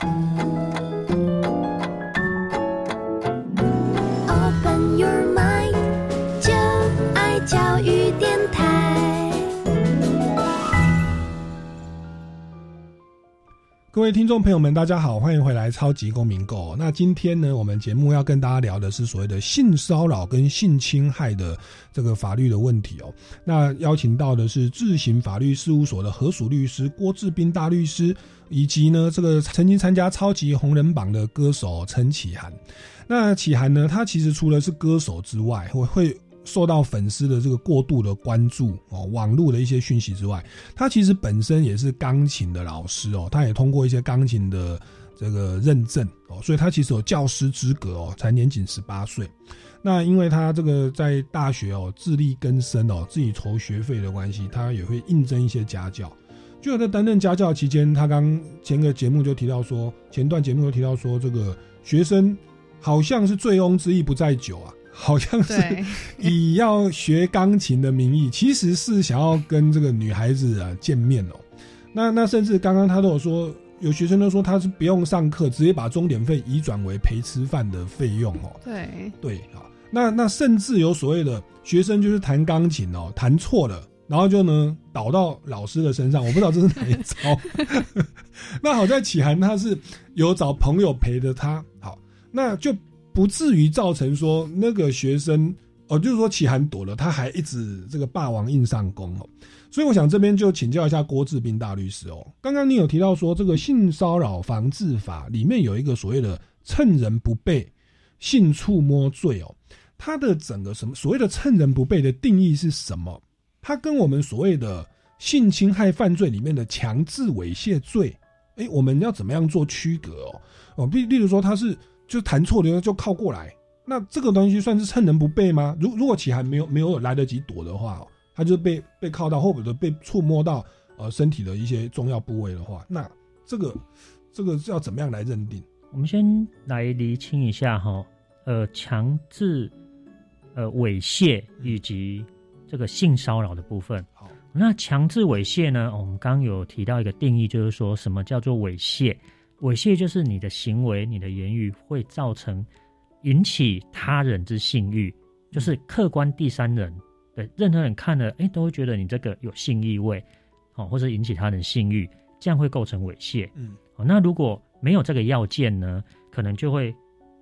Open your mind， 就爱教育电台。 各位听众朋友们，大家好，欢迎回来超级公民购。那今天呢，我们节目要跟大家聊的是所谓的性骚扰跟性侵害的这个法律的问题哦。那邀请到的是智行法律事务所的核属律师郭志斌大律师，以及呢这个曾经参加超级红人榜的歌手陈启涵。那启涵呢，他其实除了是歌手之外，会会受到粉丝的这个过度的关注哦，网络的一些讯息之外，他其实本身也是钢琴的老师哦，他也通过一些钢琴的这个认证哦，所以他其实有教师资格哦，才年仅十八岁。那因为他这个在大学哦自力更生哦，自己筹学费的关系，他也会应征一些家教。就在担任家教期间，他刚前个节目就提到说，前段节目就提到说，这个学生好像是醉翁之意不在酒啊。好像是以要学钢琴的名义，其实是想要跟这个女孩子啊见面哦。那那甚至刚刚他都有说，有学生都说他是不用上课，直接把钟点费移转为陪吃饭的费用哦。 对对， 好，那那甚至有所谓的学生就是弹钢琴哦，弹错了，然后就呢倒到老师的身上，我不知道这是哪一招。那好在启涵他是有找朋友陪着他，好，那就不至于造成说那个学生哦，就是说启涵躲了，他还一直这个霸王硬上弓哦。所以我想这边就请教一下郭志斌大律师哦。刚刚你有提到说这个性骚扰防治法里面有一个所谓的趁人不备性触摸罪哦，它的整个什么所谓的趁人不备的定义是什么？它跟我们所谓的性侵害犯罪里面的强制猥亵罪，哎，我们要怎么样做区隔哦？哦，例例如说他是就弹错了就靠过来，那这个东西算是趁人不备吗？如如果启涵没有没有来得及躲的话，他就被被靠到，或者被触摸到呃身体的一些重要部位的话，那这个这个是要怎么样来认定？ 我们先来厘清一下哈，呃，强制呃猥亵以及这个性骚扰的部分。好，那强制猥亵呢？我们刚刚有提到一个定义，就是说什么叫做猥亵？猥亵就是你的行为、你的言语会造成引起他人之性欲，就是客观第三人，对任何人看了，哎，都会觉得你这个有性意味，哦，或者引起他人性欲，这样会构成猥亵。嗯，哦，那如果没有这个要件呢，可能就会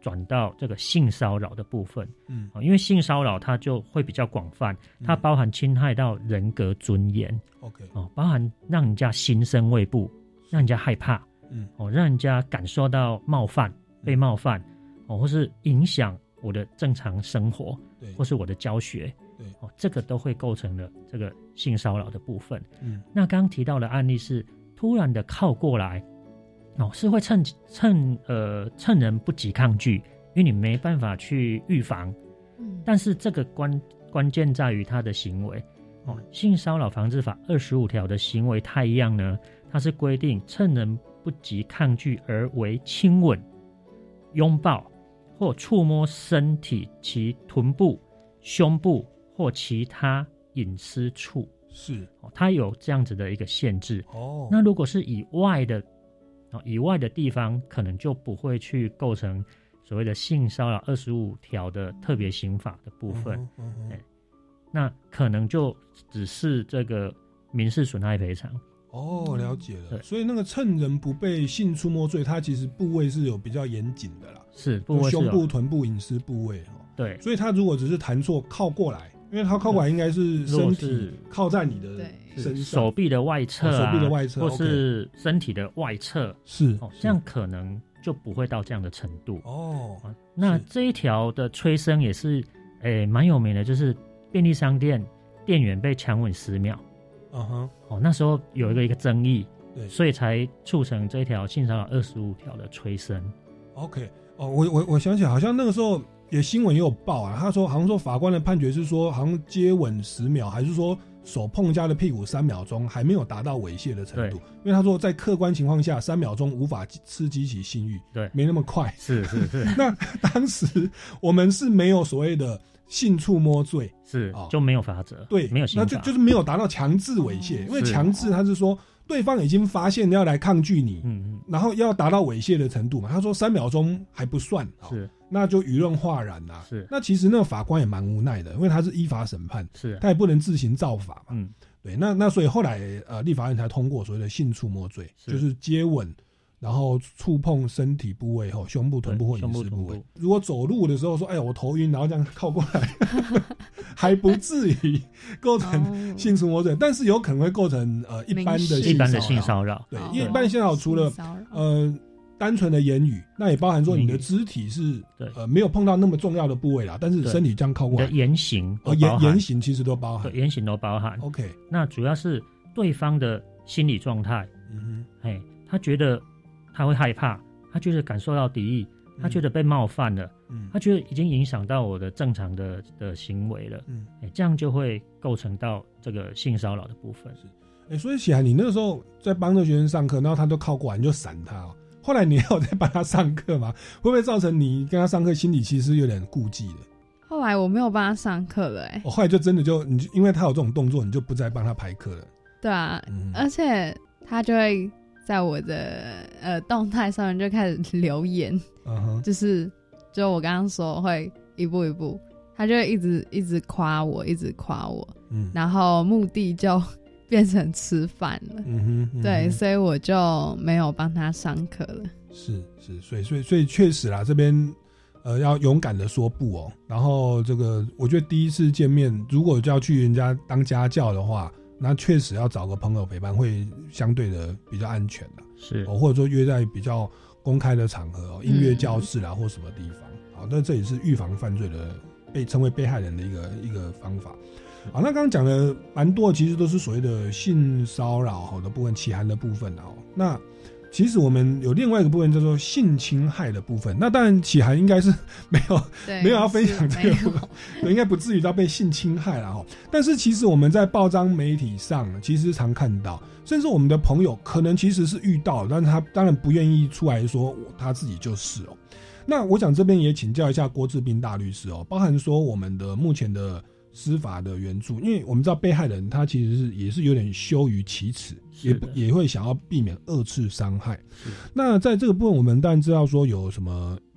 转到这个性骚扰的部分。 嗯， 因为性骚扰它就会比较广泛，它包含侵害到人格尊严。 OK， 哦，包含让人家心生畏怖，让人家害怕。 嗯， 哦，让人家感受到冒犯、被冒犯，哦，或是影响我的正常生活， 对， 或是我的教学， 对， 哦，这个都会构成了这个性骚扰的部分。 嗯， 那刚刚提到的案例是突然的靠过来，哦，是会趁趁呃趁人不及抗拒，因为你没办法去预防。 嗯， 但是这个关关键在于他的行为。哦，性骚扰防治法二十五条的行为太一样呢，它是规定趁人不及抗拒而为亲吻、拥抱或触摸身体其臀部、胸部或其他隐私处。 是， 哦，它有这样子的一个限制。 哦， 那如果是以外的，哦，以外的地方，可能就不会去构成所谓的性骚扰二十五条的特别刑法的部分。 嗯嗯嗯， 那可能就只是这个民事损害赔偿。 哦，了解了。所以那个趁人不备性触摸罪，它其实部位是有比较严谨的啦。 是，部位是有胸部、臀部、隐私部位。 对， 所以他如果只是弹错靠过来，因为他靠过来应该是身体靠在你的身上， 手臂的外侧、啊哦， 手臂的外侧， 或是身体的外侧， 是、 哦，这样可能就不会到这样的程度。 哦， 啊、那这一条的催生也是，诶，蛮有名的，就是便利商店店员被强吻十秒。 嗯哼， 哦，那时候有一个一个争议， 对， 所以才促成这条性骚扰二十五条的催生。 OK， 哦，我我我想起来，好像那个时候也新闻也有报啊，他说好像说法官的判决是说，好像接吻十秒，还是说手碰人家的屁股三秒钟，还没有达到猥亵的程度。因为他说在客观情况下，三秒钟无法刺激起性欲， 对， 没那么快。 是是是。 那当时我们是没有所谓的性触摸罪， 是、哦、就没有法则， 对， 没有刑法， 那就就是没有达到强制猥亵，因为强制他是说对方已经发现要来抗拒你， 嗯嗯， 然后要达到猥亵的程度嘛。他说三秒钟还不算， 是， 那就舆论哗然啦、啊。 是， 那其实那个法官也蛮无奈的，因为他是依法审判， 是， 他也不能自行造法嘛。 嗯， 对，那那所以后来呃立法院才通过所谓的性触摸罪，是就是接吻。然后触碰身体部位后，胸部、臀部或隐私部位。如果走路的时候说：“哎呀，我头晕”，然后这样靠过来，还不至于构成性触摸罪，但是有可能会构成呃一般的一般的性骚扰。 对，因为一般性骚扰除了呃单纯的言语，那也包含说你的肢体是呃没有碰到那么重要的部位啦，但是身体这样靠过来， 你的言行呃言言行其实都包含， 对，言行都包含。 OK， 那主要是对方的心理状态， 嗯哼，哎，他觉得。他会害怕，他觉得感受到敌意，他觉得被冒犯了，嗯，他觉得已经影响到我的正常的的行为了，嗯，哎，这样就会构成到这个性骚扰的部分。 是，哎，所以喜涵，你那个时候在帮这学生上课，然后他都靠过来，你就闪他哦。后来你还有在帮他上课吗？会不会造成你跟他上课心里其实有点顾忌的？ 后来我没有帮他上课了、欸，哎， 我后来就真的就你就因为他有这种动作，你就不再帮他排课了。 对啊，嗯、而且他就会。在我的呃动态上面就开始留言， uh-huh. 就是就我刚刚说会一步一步，他就会一直一直夸我，一直夸我，嗯，然后目的就变成吃饭了， 嗯哼，嗯哼， 对，所以我就没有帮他上课了。 是是，所以所以所以确实啦，这边呃要勇敢的说不哦。然后这个我觉得第一次见面，如果就要去人家当家教的话。那确实要找个朋友陪伴，会相对的比较安全的， 是、 哦，或者说约在比较公开的场合，哦、音乐教室啦、嗯、或什么地方，好，那这也是预防犯罪的被成为被害人的一个一个方法。好，那刚刚讲的蛮多，其实都是所谓的性骚扰好的部分、启涵的部分哦。那其实我们有另外一个部分叫做性侵害的部分，那当然启涵应该是没有没有要分享这个部分，应该不至于到被性侵害啦齁。但是其实我们在报章媒体上其实常看到，甚至我们的朋友可能其实是遇到，但是他当然不愿意出来说他自己就是哦。那我想这边也请教一下郭志斌大律师哦，包含说我们的目前的司法的援助，因为我们知道被害人他其实是也是有点羞于启齿，也也会想要避免二次伤害。那在这个部分，我们当然知道说有什么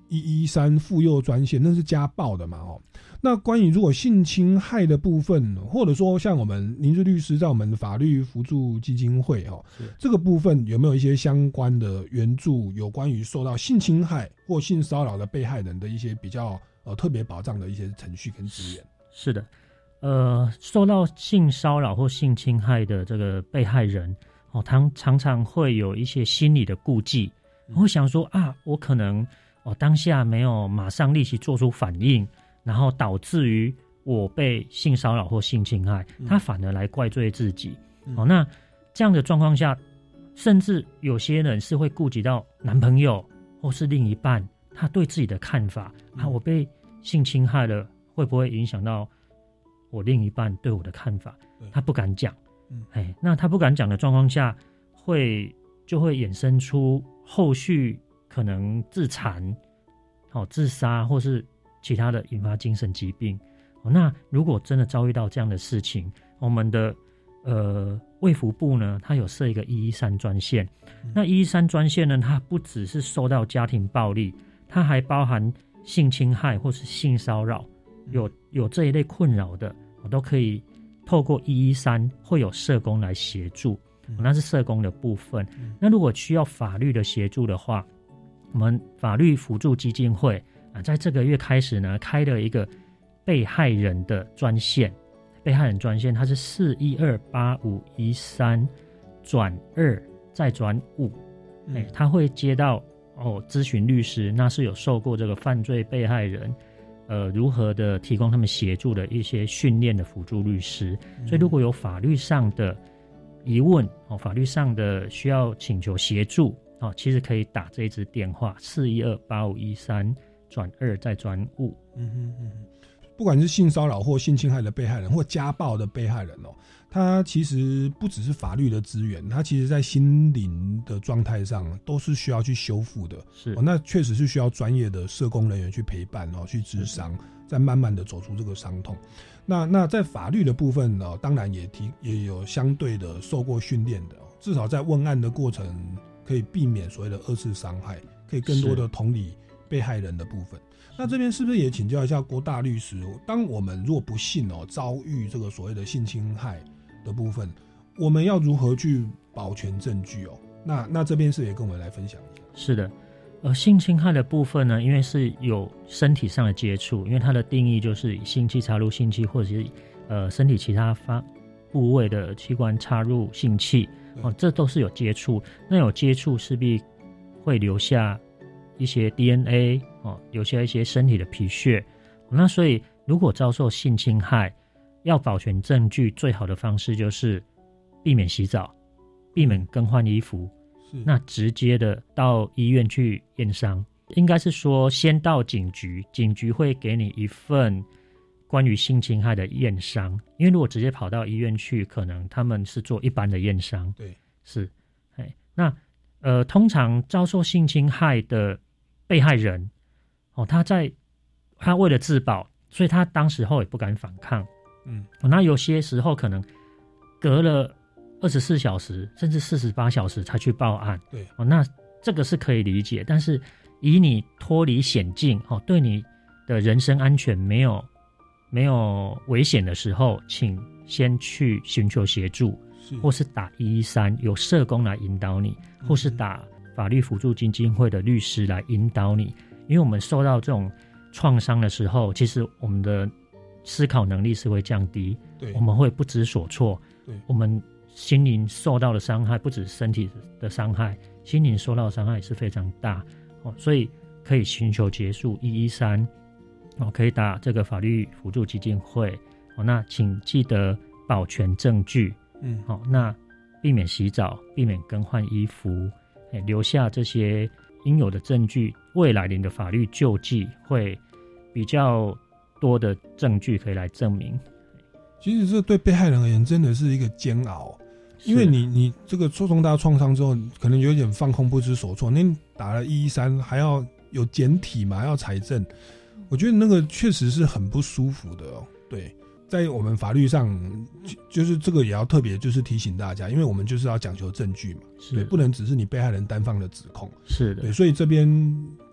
一一三妇幼专线，那是家暴的嘛哦。那关于如果性侵害的部分，或者说像我们林志律师在我们法律扶助基金会哦，这个部分有没有一些相关的援助，有关于受到性侵害或性骚扰的被害人的一些比较呃特别保障的一些程序跟资源？ 是的，呃，受到性骚扰或性侵害的这个被害人哦，他常常会有一些心理的顾忌，会想说啊，我可能哦当下没有马上立即做出反应。然后导致于我被性骚扰或性侵害，他反而来怪罪自己。嗯哦、那这样的状况下，甚至有些人是会顾及到男朋友或是另一半他对自己的看法、嗯、啊，我被性侵害了，会不会影响到我另一半对我的看法？他不敢讲。嗯、哎，那他不敢讲的状况下，会就会衍生出后续可能自残、哦、自杀或是其他的引发精神疾病、哦、那如果真的遭遇到这样的事情，我们的呃卫福部呢，它有设一个一一三专线、嗯、那一一三专线呢，它不只是受到家庭暴力，它还包含性侵害或是性骚扰，有有这一类困扰的，我都可以透过一一三会有社工来协助、嗯哦、那是社工的部分、嗯、那如果需要法律的协助的话，我们法律扶助基金会在这个月开始呢，开了一个被害人的专线，被害人专线它是四一二八五一三转二再转五，哎，他会接到哦咨询律师，那是有受过这个犯罪被害人，呃，如何的提供他们协助的一些训练的辅助律师，嗯、所以如果有法律上的疑问哦，法律上的需要请求协助哦，其实可以打这一支电话四一二八五一三。转二再转五， 嗯哼嗯哼，不管是性骚扰或性侵害的被害人，或家暴的被害人哦，他其实不只是法律的资源，他其实在心灵的状态上都是需要去修复的。 是、 哦，那确实是需要专业的社工人员去陪伴哦，去咨商，再慢慢的走出这个伤痛。那那在法律的部分呢、哦，当然也提也有相对的受过训练的、哦，至少在问案的过程可以避免所谓的二次伤害，可以更多的同理被害人的部分。那这边是不是也请教一下郭大律师，当我们若不幸哦遭遇这个所谓的性侵害的部分，我们要如何去保全证据哦？那那这边是也跟我们来分享一下。 是的，呃，性侵害的部分呢，因为是有身体上的接触，因为它的定义就是以性器插入性器，或者是呃身体其他发部位的器官插入性器，哦，这都是有接触。那有接触势必会留下一些 D N A 哦，留下一些身体的皮屑。那所以如果遭受性侵害，要保全证据，最好的方式就是避免洗澡，避免更换衣服，那直接的到医院去验伤。应该是说先到警局，警局会给你一份关于性侵害的验伤，因为如果直接跑到医院去，可能他们是做一般的验伤。 对， 是，哎，那呃，通常遭受性侵害的被害人，哦，他在他为了自保，所以他当时候也不敢反抗。嗯，哦、那有些时候可能隔了二十四小时甚至四十八小时才去报案。 对， 哦，那这个是可以理解，但是以你脱离险境，哦，对你的人身安全没有没有危险的时候，请先去寻求协助，或是打一一三，有社工来引导你，或是打法律辅助基金会的律师来引导你。因为我们受到这种创伤的时候，其实我们的思考能力是会降低，对，我们会不知所措，对，我们心灵受到的伤害不止身体的伤害，心灵受到的伤害也是非常大，哦，所以可以寻求结束一一三，哦，可以打这个法律辅助基金会，哦，那请记得保全证据，嗯，好，哦，那避免洗澡，避免更换衣服，哎，留下这些应有的证据，未来您的法律救济会比较多的证据可以来证明。 其实这对被害人而言真的是一个煎熬，因为你你这个受重大创伤之后，可能有点放空不知所措。那你打了一一三，还要有检体嘛，要财政，我觉得那个确实是很不舒服的哦。对，在我们法律上，就是这个也要特别就是提醒大家，因为我们就是要讲求证据嘛，对，不能只是你被害人单方的指控。 是的， 对，所以这边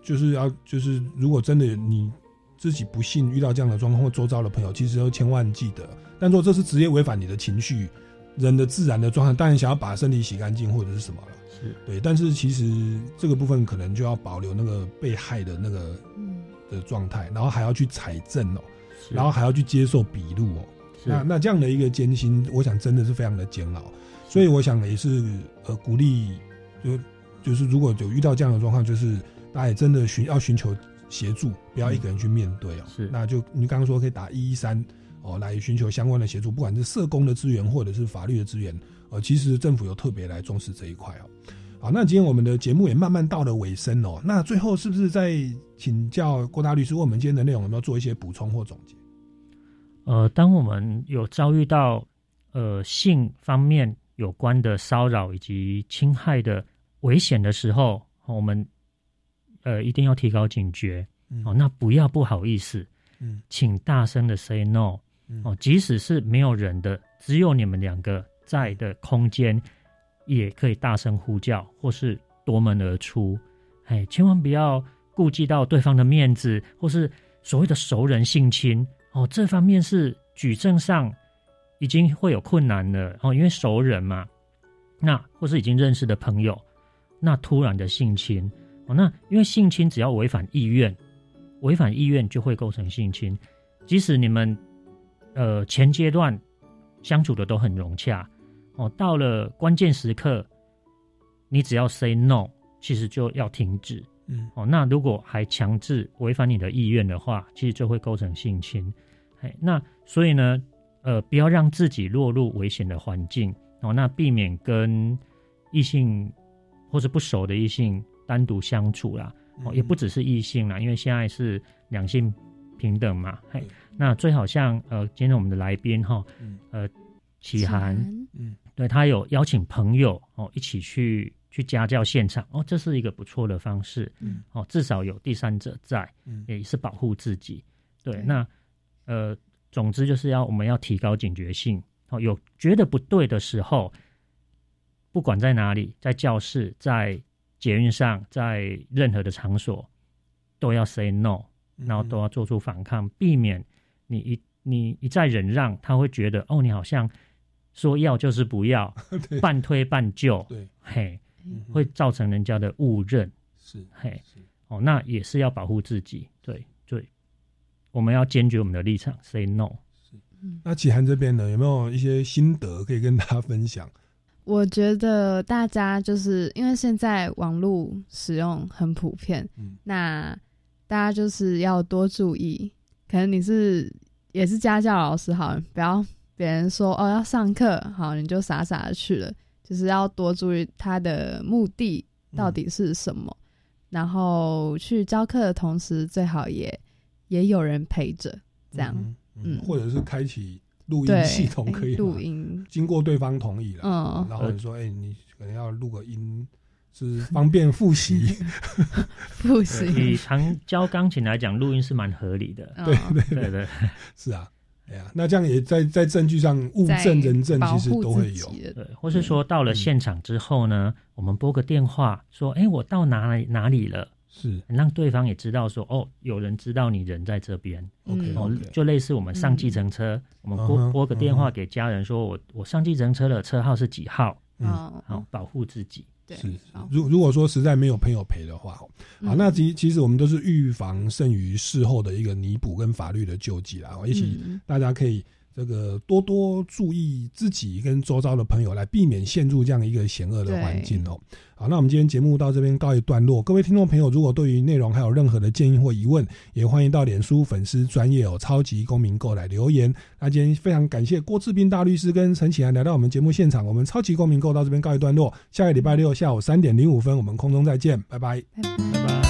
就是要就是如果真的你自己不幸遇到这样的状况或周遭的朋友，其实要千万记得，但如果这是直接违反你的情绪人的自然的状态，当然想要把身体洗干净或者是什么了， 是对， 但是其实这个部分可能就要保留那个被害的那个的状态，然后还要去采证哦，然后还要去接受笔录哦，那那这样的一个艰辛，我想真的是非常的煎熬，所以我想也是呃鼓励，就就是如果有遇到这样的状况，就是大家也真的寻要寻求协助，不要一个人去面对哦。是，那就你刚刚说可以打一一三哦，来寻求相关的协助，不管是社工的资源或者是法律的资源，呃，其实政府有特别来重视这一块哦。好，那今天我们的节目也慢慢到了尾声哦。那最后是不是再请教郭大律师为我们今天的内容有没有做一些补充或总结？ 呃，当我们有遭遇到呃性方面有关的骚扰以及侵害的危险的时候，我们呃一定要提高警觉。嗯、哦，那不要不好意思，嗯，请大声的 say no。哦，即使是没有人的，只有你们两个在的空间，也可以大声呼叫，或是夺门而出。哎，千万不要顾及到对方的面子，或是所谓的熟人性侵。哦，这方面是举证上已经会有困难了。哦，因为熟人嘛，那或是已经认识的朋友，那突然的性侵，哦，那因为性侵只要违反意愿，违反意愿就会构成性侵，即使你们。呃，前阶段相处的都很融洽，哦，到了关键时刻，你只要 say no， 其实就要停止，嗯，哦，那如果还强制违反你的意愿的话，其实就会构成性侵，哎，那所以呢，呃，不要让自己落入危险的环境，哦，那避免跟异性或是不熟的异性单独相处啦，哦，也不只是异性啦，因为现在是两性平等嘛，嘿。那最好像呃，今天我们的来宾哈，呃，启涵，嗯，对他有邀请朋友哦一起去去家教现场哦，这是一个不错的方式，嗯，哦，至少有第三者在，嗯，也是保护自己，对，对那呃，总之就是要我们要提高警觉性，哦，有觉得不对的时候，不管在哪里，在教室、在捷运上、在任何的场所，都要 say no，然后都要做出反抗，避免。你一你一再忍让，他会觉得哦，你好像说要就是不要，半推半就，对，嘿，嗯、会造成人家的误认，是，嘿，哦，那也是要保护自己，对对，我们要坚决我们的立场 ，say no。是， 那启涵这边呢，有没有一些心得可以跟大家分享？ 我觉得大家就是因为现在网络使用很普遍，嗯、那大家就是要多注意。可能你是也是家教老师好，不要别人说哦要上课好你就傻傻的去了，就是要多注意他的目的到底是什么，嗯、然后去教课的同时最好也也有人陪着，这样，嗯， 嗯或者是开启录音系统可以录音， 经过对方同意了，嗯，然后你说哎、欸、你可能要录个音。是方便复习， 复习。 以常教钢琴来讲，录音是蛮合理的。 对对对对，是啊，哎呀，那这样也在在证据上物证人证其实都会有。 对，或是说到了现场之后呢，嗯、我们拨个电话说，哎，我到哪里哪里了？是让对方也知道说，哦，有人知道你人在这边。OK， 哦，就类似我们上计程车，嗯、我们拨拨个电话给家人说，我我上计程车了，车号是几号？嗯，好，保护自己。 是，如如果说实在没有朋友陪的话，嗯、好，那其其实我们都是预防胜于事后的一个弥补跟法律的救济啦。一起大家可以这个多多注意自己跟周遭的朋友，来避免陷入这样一个险恶的环境哦。好，那我们今天节目到这边告一段落。各位听众朋友，如果对于内容还有任何的建议或疑问，也欢迎到脸书粉丝专页哦超级公民购来留言。那今天非常感谢郭志斌大律师跟陈启涵来到我们节目现场，我们超级公民购到这边告一段落。下个礼拜六下午三点零五分，我们空中再见，拜拜， 拜拜。